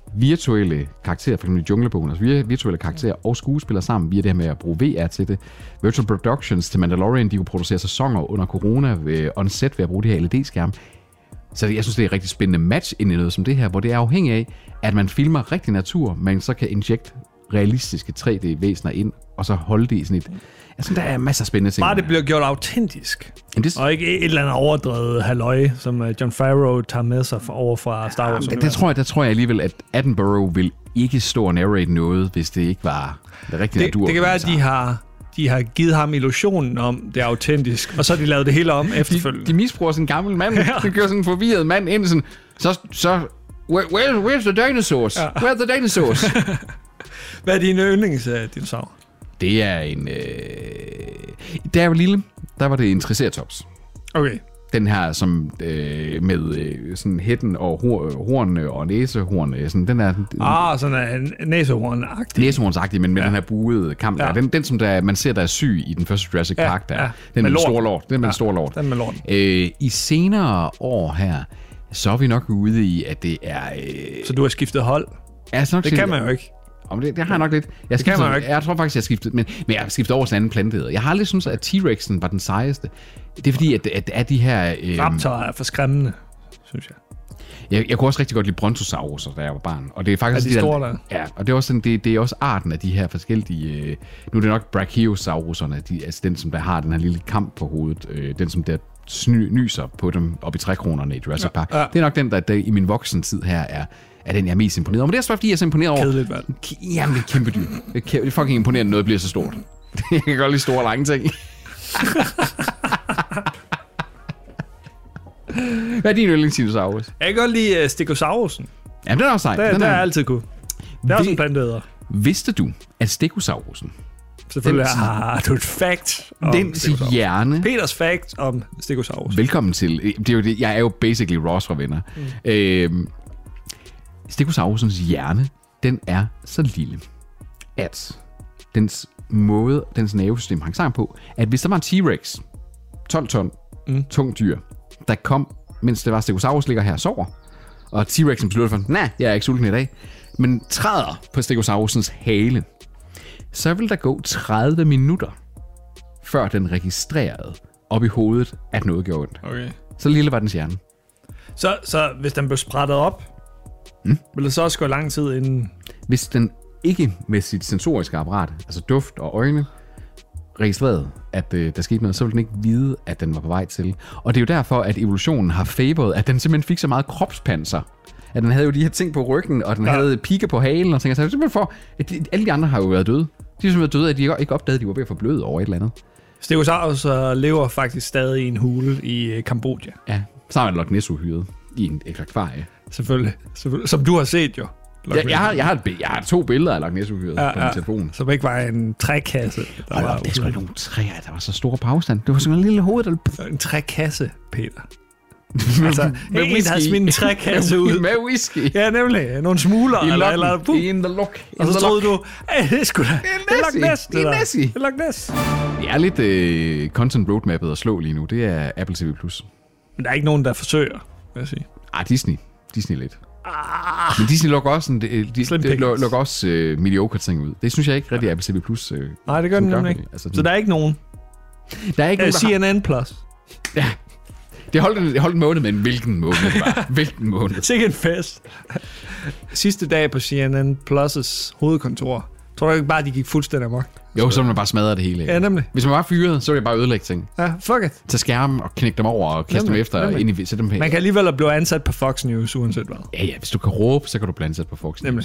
virtuelle karakterer, for eksempel i Junglebogen, altså virtuelle karakterer og skuespillere sammen via det her med at bruge V R til det. Virtual Productions til Mandalorian, de kunne producere sæsoner under corona ved on-set ved at bruge de her L E D-skærme. Så jeg synes, det er et rigtig spændende match ind i noget som det her, hvor det er afhængig af, at man filmer rigtig natur, men så kan injekte realistiske tre D-væsener ind, og så holde det i sådan et... Jeg synes, der er masser af spændende ting. Bare det bliver gjort autentisk. Det... Og ikke et eller andet overdrevet halløj, som Jon Favreau tager med sig over fra Star Wars. Ja, det, det tror jeg, der tror jeg alligevel, at Attenborough vil ikke stå og narrate noget, hvis det ikke var det rigtige natur. Det, det kan være, at de har, de har givet ham illusionen om, det er autentisk, og så har de lavet det hele om efterfølgende. De, de misbruger sådan en gammel mand. Ja. De gør sådan en forvirret mand ind sådan, så... så where, where's the dinosaurs? Ja. Where's the dinosaurs? Hvad er din yndlingsdinosaur? Det er en... Øh... Da jeg var lille, der var det en triceratops. Okay. Den her, som øh, med øh, sådan hætten og hor, hornene og næsehornene. Sådan, den er, ah, sådan en næsehorn-agtig. Næsehornsagtig, men med ja. den her buede kamp. Ja. Den, den, som der, man ser, der er syg i den første Jurassic ja. Park, der. Ja. Den med den store lort. Den med ja. den store lort. Den med lort. Øh, I senere år her, så er vi nok ude i, at det er... Øh... Så du har skiftet hold? Ja, så nok det kan man jo ikke. Om det, det har jeg nok lidt. Jeg, skiftet, jeg, jeg tror faktisk, jeg har skiftet, men, men jeg har skiftet over til en anden plante. Jeg har aldrig syntes, at T-Rexen var den sejeste. Det er fordi, at, at, at de her... Øh, Raptorer er for skræmmende, synes jeg. Jeg, jeg kunne også rigtig godt lide Brontosaurus, da jeg var barn. Og det er faktisk er de, de store, der? Ja, og det er, også sådan, det, det er også arten af de her forskellige... Øh, nu er det nok Brachiosauruserne, de, altså den, som der har den her lille kamp på hovedet. Øh, den, som der sny, nyser på dem op i trækronerne i Jurassic Park. Ja, ja. Det er nok den, der, der i min voksen tid her er... er den, jeg er mest imponeret over. Men det er også fordi, jeg er så imponeret over... Kedeligt valg. Jamen, det er kæmpe dyr. Det er fucking imponerende, at noget bliver så stort. Jeg kan godt lide store, lange ting. Hvad er din yndlingsdinosaurus? Jeg kan godt lide uh, Stegosaurusen. Jamen, den er også sej. Det, den det er jeg altid kunne. Det er også en planteæder. Vidste du, at Stegosaurusen... Selvfølgelig har du et fact om dens hjerne... Peters fact om Stegosaurus. Velkommen til... Det er jo det, jeg er jo basically Ross fra Venner. Mm. Øhm, Stegosaurusens hjerne, den er så lille, at dens måde, dens nervesystem hang sammen på, at hvis der var en T-Rex, tolv ton, mm. tung dyr, der kom, mens det var Stegosaurus ligger her og sover, og T-Rexen beslutter for, nej, jeg er ikke sulten i dag, men træder på Stegosaurusens hale, så vil der gå tredive minutter, før den registrerede op i hovedet, at noget gjorde ondt. Okay. Så lille var dens hjerne. Så, så hvis den blev sprættet op, mm. vil det så også gå lang tid inden... Hvis den ikke med sit sensoriske apparat, altså duft og øjne, registrerede, at øh, der skete noget, så ville den ikke vide, at den var på vej til. Og det er jo derfor, at evolutionen har favoret, at den simpelthen fik så meget kropspanser, at den havde jo de her ting på ryggen, og den ja. havde pigge på halen, og ting, så simpelthen for, at de, alle de andre har jo været døde. De har simpelthen været døde, at de ikke opdagede, at de var ved at forbløde over et eller andet. Stegosaurus lever faktisk stadig i en hule i Kambodja. Ja, så har man Loch Ness-uhyret i en akvarie. Selvfølgelig. Selvfølgelig. Som du har set jo. Ja, jeg, har, jeg, har et, jeg har to billeder af Loch Ness-uhyret ja, på min ja. telefon. Som ikke var en trækasse. Der Hold var op, det er sgu nogle træer, der var så store på afstand. Det var sådan en lille hoved, der... En trækasse, Peter. Altså, med en havde smidt en trækasse ud. Med whisky. Ja, nemlig. Nogle smugler. I eller, eller, buh. In the lock. Og så troede du, det er sgu da. Det er Loch Ness. Det er Nessie. Det er Loch Ness. Det er lidt uh, content roadmappet at slå lige nu. Det er Apple T V plus. Men der er ikke nogen, der forsøger, vil jeg sige. Ah, Disney. Disney lidt. Ah. Men Disney lukker også, en, de, de, de lukker også uh, mediocre ting ud. Det synes jeg ikke rigtig ja. Apple T V plus. Uh, Nej, det gør den nemlig ikke. Altså, så der er ikke nogen. Der er ikke uh, nogen, C N N plus. Ja. Det holdt, en, det holdt en måned, men hvilken måned var? Hvilken måned? Sikke en fest. Sidste dag på C N N Plus' hovedkontor. Tror du ikke bare, de gik fuldstændig amok? Jo, så ville man bare smadre det hele. Ja, nemlig. Hvis man var fyret, så ville jeg bare ødelægge ting. Ja, fuck it. Tage skærmen og knække dem over og kaste nemlig. dem efter. Ind i, sætte dem man kan alligevel blive ansat på Fox News, uanset hvad. Ja, ja. Hvis du kan råbe, så kan du blive ansat på Fox News. Nemlig.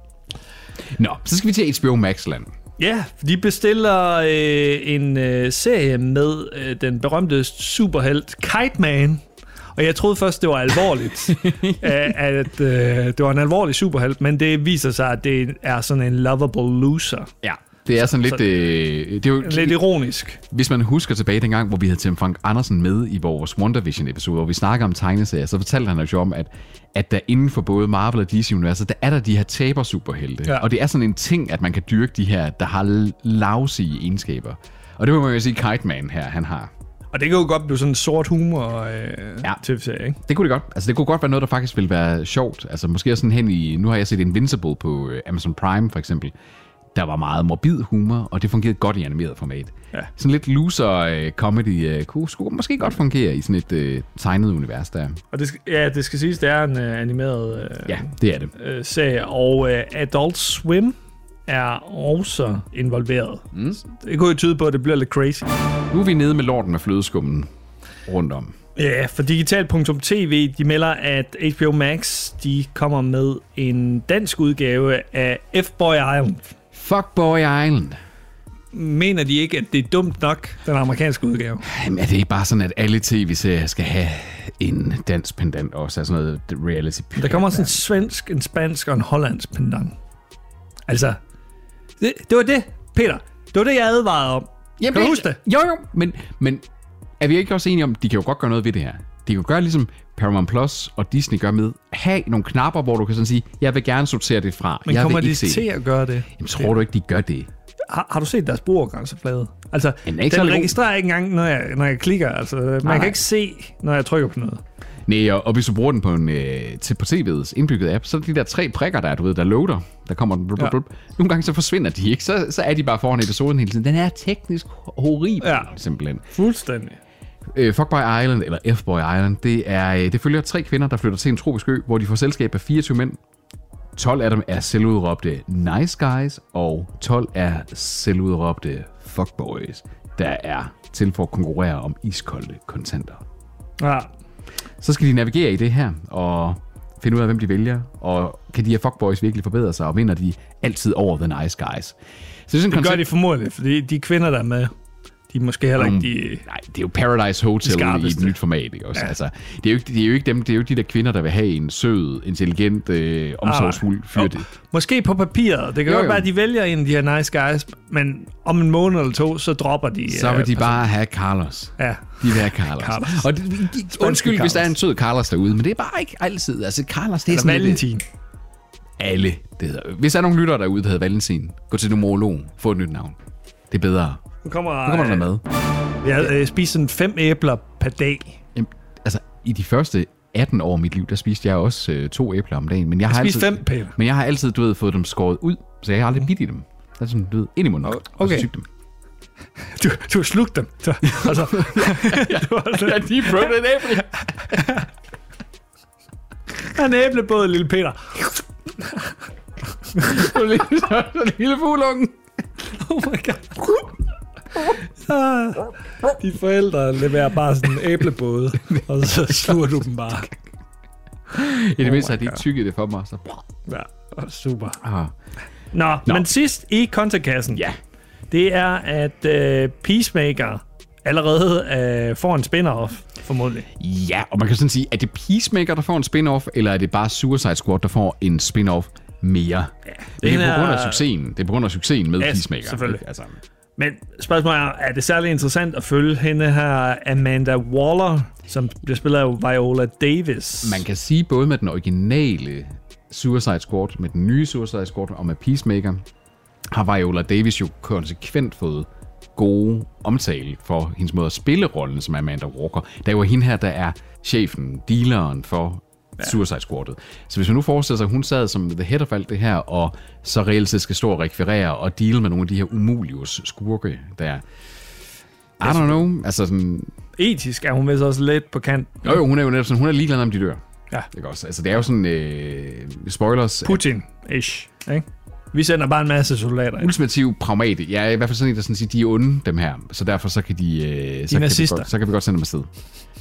Nå, så skal vi til H B O Max-land. Ja, de bestiller øh, en øh, serie med øh, den berømte superhelt Kite Man. Og jeg troede først, det var alvorligt, at øh, det var en alvorlig superhelt, men det viser sig, at det er sådan en lovable loser. Ja, det er sådan lidt... Øh, det er jo, lidt ironisk. Hvis man husker tilbage dengang, hvor vi havde Tim Frank Andersen med i vores WandaVision-episode, hvor vi snakker om tegneserier, så fortalte han jo om, at, at der inden for både Marvel og D C-universet, der er der de her taber-superhelte. Ja. Og det er sådan en ting, at man kan dyrke de her, der har lavsige egenskaber. Og det må man jo sige, Kite Man her, han har. Og det kan jo godt blive sådan en sort humor øh, Ja. tv-serie, ikke? Det kunne det godt. Altså, det kunne godt være noget, der faktisk ville være sjovt. Altså, måske sådan hen i... Nu har jeg set Invincible på øh, Amazon Prime, for eksempel. Der var meget morbid humor, og det fungerede godt i animeret format. Ja. Sådan lidt loser øh, comedy øh, kunne, skulle måske godt fungere i sådan et øh, tegnet univers der. Og det skal, ja, det skal siges, det er en øh, animeret øh, Ja, det er det. øh, serie, og øh, Adult Swim er også involveret. Mm. Det kunne jo tyde på, at det bliver lidt crazy. Nu er vi nede med lorten med flødeskummen rundt om. Ja, for digital punktum t v, de melder, at H B O Max, de kommer med en dansk udgave af F-Boy Island. Fuckboy Island. Mener de ikke, at det er dumt nok, den amerikanske udgave? Jamen, er det ikke bare sådan, at alle tv-serier skal have en dansk pendant også? Altså noget reality. Der kommer sådan en svensk, en spansk og en hollandsk pendant. Altså, det, det var det, Peter. Det var det, jeg advarede om. Jamen, kan du huske det? Jo, jo, men, men er vi ikke også enige om, de kan jo godt gøre noget ved det her? De kan jo gøre ligesom Paramount Plus og Disney gør med, have nogle knapper, hvor du kan sådan sige, jeg vil gerne sortere det fra. Men jeg kommer vil de til at gøre det? Jamen, tror du ikke, de gør det? Har, har du set deres brugergrænseflade? Altså, Den er ikke den særlig god. registrerer ikke engang, når jeg, når jeg klikker. Altså, man nej. kan ikke se, når jeg trykker på noget. Nej, og, og hvis du bruger den på, en, øh, til, på T V'ets indbyggede app, så er de der tre prikker, der, du ved, der loader, der kommer den. Blub, blub, blub. Nogle gange så forsvinder de ikke, så, så er de bare foran episoden hele tiden. Den er teknisk horribel, Ja. simpelthen. Fuldstændig. Øh, Fuckboy Island, eller F-Boy Island, det, er, øh, det følger tre kvinder, der flytter til en tropisk ø, hvor de får selskab af fireogtyve mænd. tolv af dem er selvudråbte nice guys, og tolv er selvudråbte fuckboys, der er til for at konkurrere om iskolde kontanter. Ja. Så skal de navigere i det her, og finde ud af, hvem de vælger, og kan de her fuckboys virkelig forbedre sig, og vinder de altid over the nice guys. Så det er sådan Det gør de formodentlig, fordi de kvinder, der er med, de er måske heller ikke de... Nej, det er jo Paradise Hotel i et nyt format, ikke også? Ja. Altså, det er jo ikke, det er jo ikke dem, det er jo ikke de der kvinder, der vil have en sød, intelligent, øh, omsorgsfuld fyr. Jo, måske på papiret. Det kan jo, godt være, at de vælger en af de her nice guys, men om en måned eller to, så dropper de... Så vil de øh, bare have Carlos. Ja. De vil have Carlos. Carlos. Og det, de, undskyld, Carlos. hvis der er en sød Carlos derude, men det er bare ikke altid. Altså, Carlos, det er Eller sådan Valentin. lidt... Alle. Det hedder. Hvis der er nogle lyttere derude, der hedder Valentin, gå til numerolog, få et nyt navn. Det er bedre. Nu kommer, Nu kommer der noget mad. Jeg øh, spiser sådan fem æbler per dag. Jamen, altså, i de første atten år af mit liv, der spiste jeg også øh, to æbler om dagen. Men jeg, Jeg har spiser altid, fem, Peter. Men jeg har altid, du ved, fået dem skåret ud, så jeg har aldrig bidt i dem. Det er sådan, du ved, ind i munden, okay. Og så Okay. sygt dem. Du, du har slugt dem. Så, altså, du har sådan, Ja, de prøvede en æble. en æblebåd, lille Peter. Så en lille fuglunge. Oh my god. Ah, de forældre leverer bare sådan en æblebåde, og så sluger du dem bare. I det mindste my har de ikke God. tykket det for mig. Så. Ja, super. Ah. Nå, Nå. men sidst i kontakassen, Ja. det er, at uh, Peacemaker allerede uh, får en spin-off, formodentlig. Ja, og man kan sådan sige, er det Peacemaker, der får en spin-off, eller er det bare Suicide Squad, der får en spin-off mere? Ja, det er den på grund af er- succesen. Det er på grund af succesen med Ja, Peacemaker. selvfølgelig. ikke? Altså, Men spørgsmålet er, er det særlig interessant at følge hende her Amanda Waller, som bliver spillet af Viola Davis? man kan sige både med den originale Suicide Squad, med den nye Suicide Squad og med Peacemaker, har Viola Davis jo konsekvent fået gode omtale for hendes måde at spille rollen som Amanda Walker. Der er jo hende her, der er chefen, dealeren for ja. Suicide Squadet. Så hvis man nu forestiller sig, at hun sad som the head of alt det her, og så reelt set skal stå og rekvirere og deale med nogle af de her umulige skurke, der I don't know, altså sådan... Etisk er hun vist også lidt på kant. Jo jo, hun er jo netop sådan, hun er ligeglad om de dør. Ja. Ikke også? Altså det er jo sådan, øh, spoilers, Putin-ish, ikke? Vi sender bare en masse soldater ind. ultimativ pragmati. Jeg er i hvert fald sådan en, der sådan siger, de er onde, dem her. Så derfor så kan de... Øh, så, kan vi nazister. godt, så kan vi godt sende dem afsted.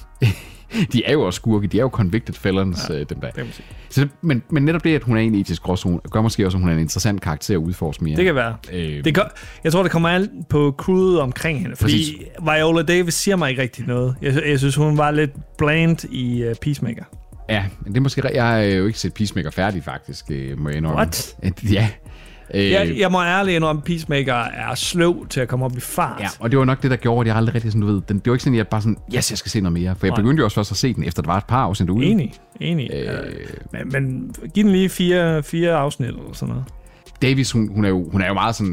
De er jo også skurke, de er jo convicted felons, ja, øh, dem der. Det kan man sige. Så, det- men, men netop det, at hun er en etisk gråzone, gør måske også, at hun er en interessant karakter at udforske mere. Det kan være. Øh, Det gør, jeg tror, det kommer alt på crewet omkring hende, fordi Præcis. Viola Davis siger mig ikke rigtig noget. Jeg, jeg synes, hun var lidt bland i uh, Peacemaker. Ja, men det er måske... Jeg har jo ikke set Peacemaker færdig, faktisk, øh, må jeg indrømme. What? At, ja. Øh, Jeg, jeg må ærligt indrømme, at Peacemaker er sløv til at komme op i fart. Ja, og det var nok det, der gjorde, at jeg aldrig rigtig sådan, du ved, den, det var ikke sådan, at jeg bare sådan, yes, jeg skal se noget mere. For jeg Nej. begyndte jo også først at se den, efter der var et par afsnit ude. Enig, enig. Øh, Øh, men, men giv den lige fire, fire afsnit eller sådan noget. Davis, hun, hun, er jo, hun er jo meget sådan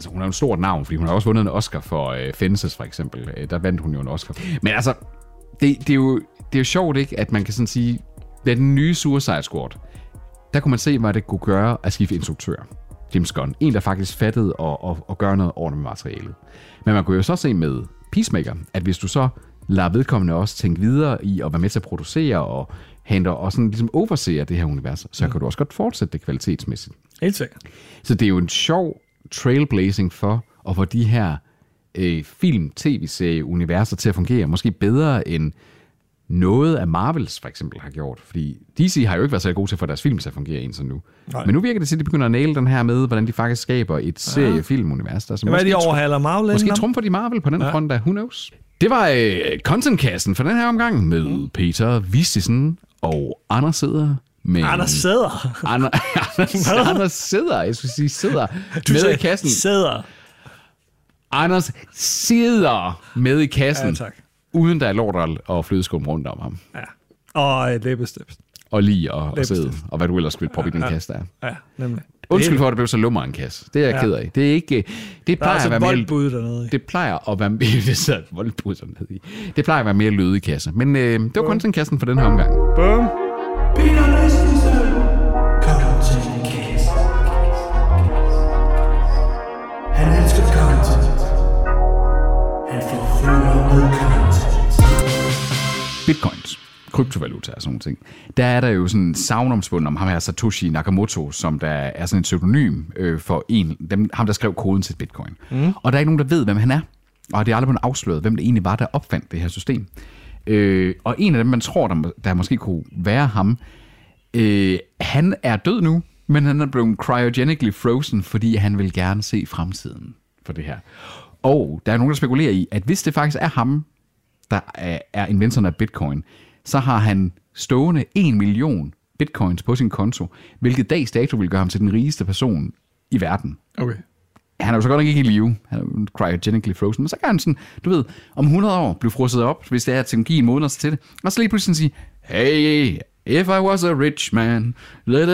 altså hun er jo en stort navn, fordi hun har også vundet en Oscar for øh, Fences, for eksempel. Øh, der vandt hun jo en Oscar. Men altså, det, det, er jo, det er jo sjovt, ikke, at man kan sådan sige, ved den nye Suicide Squad, der kunne man se, hvad det kunne gøre at skifte instruktør. James Gunn. En, der faktisk fattede at, at, at gøre noget ordentligt med materialet. Men man kunne jo så se med Peacemaker, at hvis du så lader vedkommende også tænke videre i at være med til at producere og henter og sådan ligesom overser det her univers, så kan du også godt fortsætte det kvalitetsmæssigt. Helt sikkert. Så det er jo en sjov trailblazing for at få de her øh, film, tv-serie, universer til at fungere måske bedre end noget af Marvels for eksempel har gjort. Fordi D C har jo ikke været så gode til at få deres film til at fungere indtil nu. Nej. Men nu virker det til, at de begynder at næle den her med, hvordan de faktisk skaber et seriefilmunivers. Der, hvad er de overhaler Marvel? Måske trumfer de Marvel på den ja. front, der who knows. Det var øh, contentkassen for den her omgang med mm. Peter Vistisen og Anders Sæder. Men Anders Sæder? Anders, Anders, Anders Sæder, jeg skulle sige Sæder. Du med i kassen. Sæder. Anders Sæder med i kassen. Ja, tak. Uden der er lort og flødeskum rundt om ham. Ja. Og et læbestift. Og lige og, og sæde. Og hvad du ellers vil proppe ja, i den ja. kasse der. Ja, nemlig. Undskyld for, at det blev så lummer en kasse. Det er jeg ja. ked af. Det er ikke... Det plejer der er at være mere... voldbud dernede. Det plejer at være mere... Det er voldbud dernede i. Det plejer at være mere løde i kasse. Men øh, det var kun den kassen for den her omgang. Bum. Peter Vistisen. Contentkassen. Han elsker content. Han får følger med content. Bitcoins, kryptovaluta og sådan nogle ting. Der er der jo sådan en savnomspundet om ham her Satoshi Nakamoto, som der er sådan en pseudonym øh, for en, dem, ham der skrev koden til Bitcoin. Mm. Og der er ikke nogen, der ved, hvem han er. Og det er aldrig blevet afsløret, hvem det egentlig var, der opfandt det her system. Øh, og en af dem, man tror, der, der måske kunne være ham, øh, han er død nu, men han er blevet cryogenically frozen, fordi han vil gerne se fremtiden for det her. Og der er nogen, der spekulerer i, at hvis det faktisk er ham, der er inventoren af Bitcoin, så har han stående en million Bitcoins på sin konto, hvilket dags dato vil gøre ham til den rigeste person i verden. Okay. Han er jo så godt nok ikke i live. Han er jo cryogenically frozen. Men så kan han sådan, du ved, om hundrede år blive frosset op, hvis det er teknologien modner sig til det. Og så lige pludselig sige, hey, if I was a rich man. Det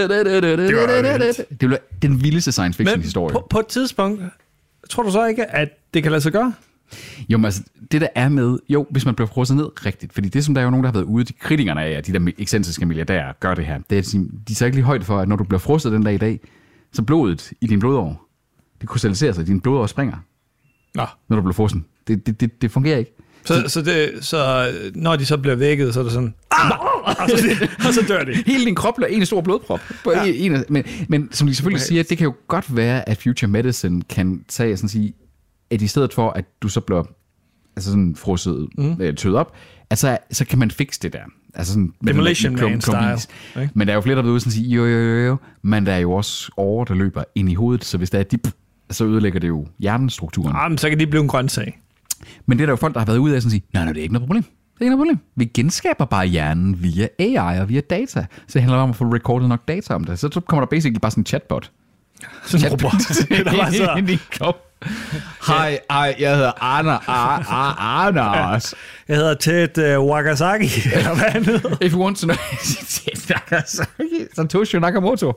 var den vildeste science fiction historie. På, på et tidspunkt, tror du så ikke, at det kan lade sig gøre? Jo, men altså, det der er med, jo, hvis man bliver frosset ned rigtigt, fordi det, som der er jo nogen, der har været ude, de kritikerne af, de der ekscentriske milliardærer gør det her, det er, at de tager ikke lige højt for, at når du bliver frosset den dag i dag, så blodet i din blodår, det krystalliserer sig, din blodår springer, Nå. Når du bliver frosset. Det, det, det, det fungerer ikke. Så, så, så, det, så når de så bliver vækket, så er det sådan, ah! og, så, og så dør det. Hele din krop bliver en stor blodprop. På ja. en, en, men, men som de selvfølgelig okay. siger, det kan jo godt være, at Future Medicine kan tage sådan sige, at i stedet for, at du så bliver altså sådan frosset, mm. øh, tøet op, altså, så kan man fikse det der. Altså sådan, Demolition Man style. Okay. Men der er jo flere, der vil ud og sige, jo, jo, jo, jo, men der er jo også årer, der løber ind i hovedet, så hvis der er de, så ødelægger det jo hjernestrukturen. Ah, men så kan de blive en grøntsag. Men det er der jo folk, der har været ude af at sige, nej, nej, det er ikke noget problem. Det er ikke noget problem. Vi genskaber bare hjernen via A I og via data. Så det handler om at få recordet nok data om det. Så kommer der basically bare sådan en chatbot. Sådan en robot. Der var så... Hej, hej, jeg hedder Anna, Anders. Jeg hedder Ted uh, Wakasaki, eller hvad han hedder. If you want to know, Ted Nakasaki, Satoshi Nakamoto.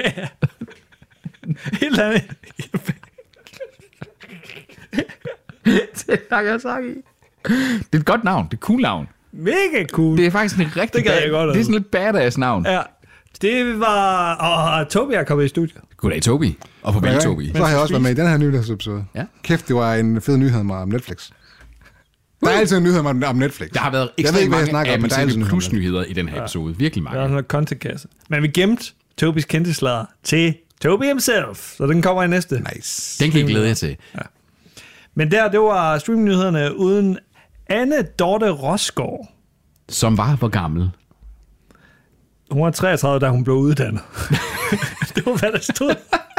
Helt andet. Ted Nakasaki. Det er et godt navn, det er et cool navn. Mega cool. Det er faktisk en rigtig, det bad, godt, det er sådan lidt badass navn. Ja. Det var... Og Toby er kommet i studiet. Goddag, Toby. Og på vel, Toby. Så har jeg også været med i den her nyhedsepisode. Ja. Kæft, det var en fed nyhed om Netflix. Der er altid en nyhed om Netflix. Der har været ekstremt mange Apple Plus nyheder i den her episode. Virkelig mange. Der er sådan noget contentkasse. Men vi gemte Tobys kendtislader til Toby himself. Så den kommer i næste. Nice. Den kan I glæde jer til. Ja. Men der, det var streamnyhederne uden Anne Dorte Rosgaard. Som var hvor gammel? Hun var treogtredive, da hun blev uddannet. Det var, hvad der stod.